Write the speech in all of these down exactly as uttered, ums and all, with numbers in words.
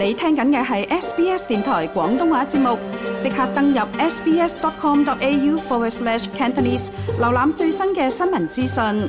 你聽緊嘅係 S B S 電台廣東話節目，即刻登入 sbs.com.au forward slash Cantonese， 瀏覽最新嘅新聞資訊。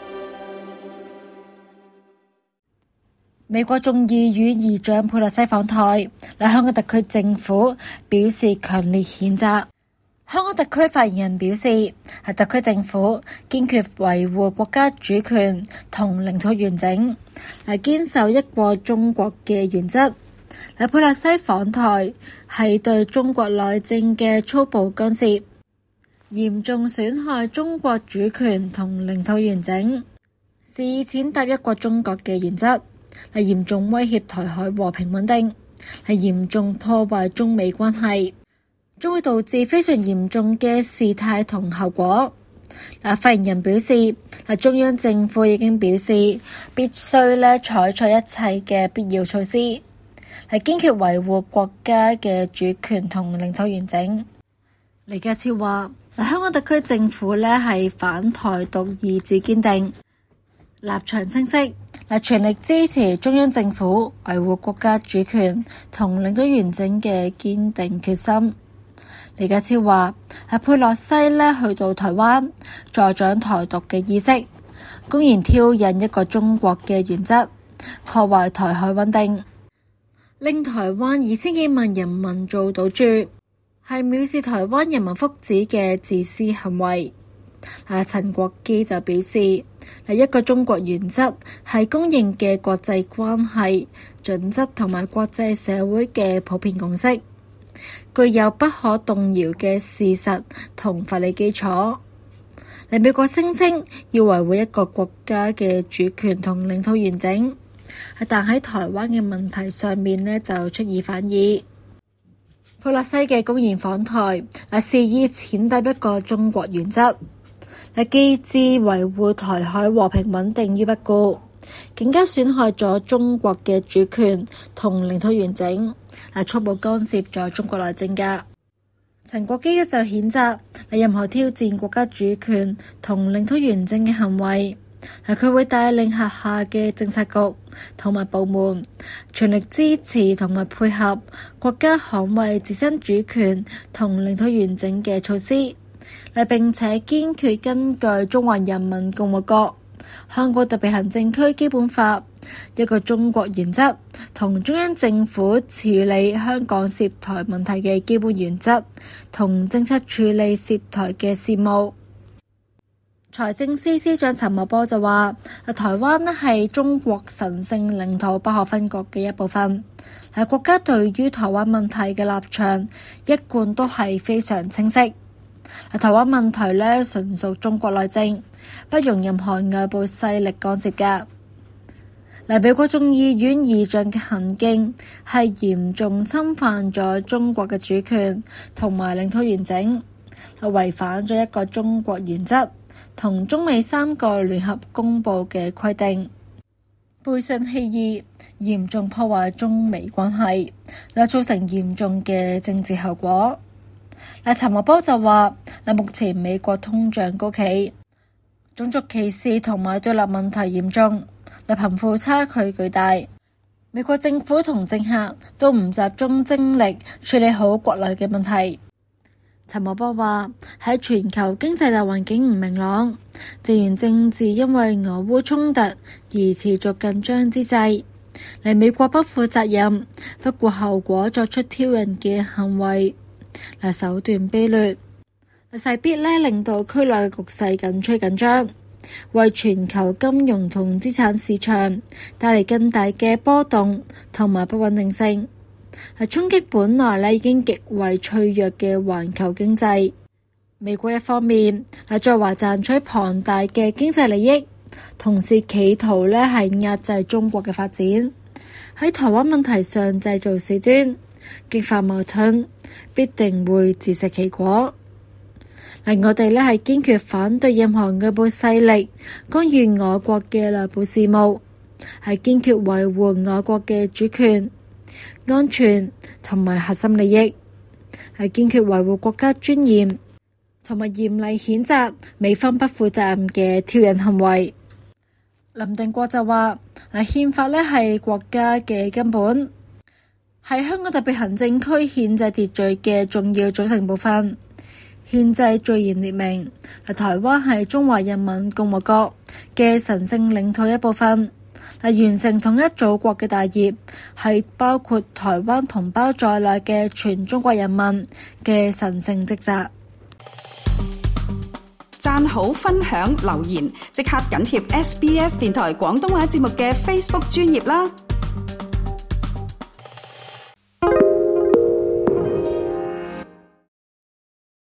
美國眾議院議長佩洛西訪台，嚟香港特區政府表示強烈譴責。香港特區發言人表示，係特區政府堅決維護國家主權同領土完整，嚟堅守一國中國嘅原則。嚟佩洛西訪台係對中國內政嘅粗暴干涉，嚴重損害中國主權同領土完整，肆意踐踏一國中國嘅原則，係嚴重威脅台海和平穩定，係嚴重破壞中美關係，將會導致非常嚴重嘅事態同後果。嗱，發言人表示，嗱，中央政府已經表示必須咧採取一切嘅必要措施，係堅決維護國家嘅主權同領土完整。李家超話，香港特區政府咧係反台獨意志堅定，立場清晰，嗱，全力支持中央政府維護國家主權同領土完整嘅堅定決心。李家超話，係佩洛西咧去到台灣，助長台獨嘅意識，公然挑釁一個中國嘅原則，破壞台海穩定，令台灣二千幾萬人民遭堵住，係藐視台灣人民福祉嘅自私行為。啊，陳國基就表示，係一個中國原則係公認嘅國際關係準則同埋國際社會嘅普遍共識，具有不可動搖嘅事實同法理基礎。嚟美國聲稱要維護一個國家嘅主權同領土完整，但喺台灣嘅問題上面呢就出爾反爾。佩洛西嘅公然訪台，嗱，肆意踐踏一個中國原則，嗱，既置維護台海和平穩定於不顧，更加損害咗中國嘅主權同領土完整，係粗暴干涉咗中國內政㗎。陳國基一就譴責任何挑戰國家主權同領土完整嘅行為，係佢會帶領轄下嘅政策局同埋部門全力支持同埋配合國家捍衛自身主權同領土完整嘅措施，嚟並且堅決根據中華人民共和國香港特別行政區基本法一個中國原則同中央政府處理香港涉台問題嘅基本原則同政策處理涉台嘅事務。財政司司長陳茂波就話，台灣咧係中國神聖領土不可分割嘅一部分，係國家對於台灣問題嘅立場一貫都係非常清晰。台灣問題咧純屬中國內政，不容任何外部勢力干涉㗎。嚟美國眾議院議長嘅行徑係嚴重侵犯咗中國嘅主權同埋領土完整，係違反咗一個中國原則同中美三個聯合公佈嘅規定，背信棄義，嚴重破壞中美關係，嗱，造成嚴重嘅政治後果。嗱，陳茂波就話，嗱，目前美國通脹高企，種族歧視同埋對立問題嚴重，嗱，貧富差距巨大，美國政府同政客都唔集中精力處理好國內嘅問題。陳茂波話，喺全球經濟大環境唔明朗，地緣政治因為俄烏衝突而持續緊張之際，嚟美國不負責任、不顧後果作出挑釁嘅行為，嗱，手段卑劣，勢必咧令到區內嘅局勢緊趨緊張，為全球金融同資產市場帶嚟更大嘅波動同埋不穩定性，係衝擊本來咧已經極為脆弱嘅環球經濟。美國一方面係在華賺取龐大嘅經濟利益，同時企圖咧係壓制中國嘅發展，喺台灣問題上製造事端，激化矛盾，必定會自食其果。嗱，我哋咧係堅決反對任何外部勢力干預我國嘅內部事務，係堅決維護我國嘅主權、安全同埋核心利益，係堅決維護國家尊嚴，同埋嚴厲譴責美方不負責任嘅挑釁行為。林定國就話，嗱，憲法咧係國家嘅根本， 係香港特別行政區憲制秩序嘅重要組成部分。憲制序言列明，台灣係中華人民共和國嘅神聖領土一部分，完成統一祖國嘅大業係包括台灣同胞在內嘅全中國人民嘅神聖職責。 讚好、分享、留言，即刻緊貼 S B S 電台廣東話節目嘅 Facebook 專頁啦！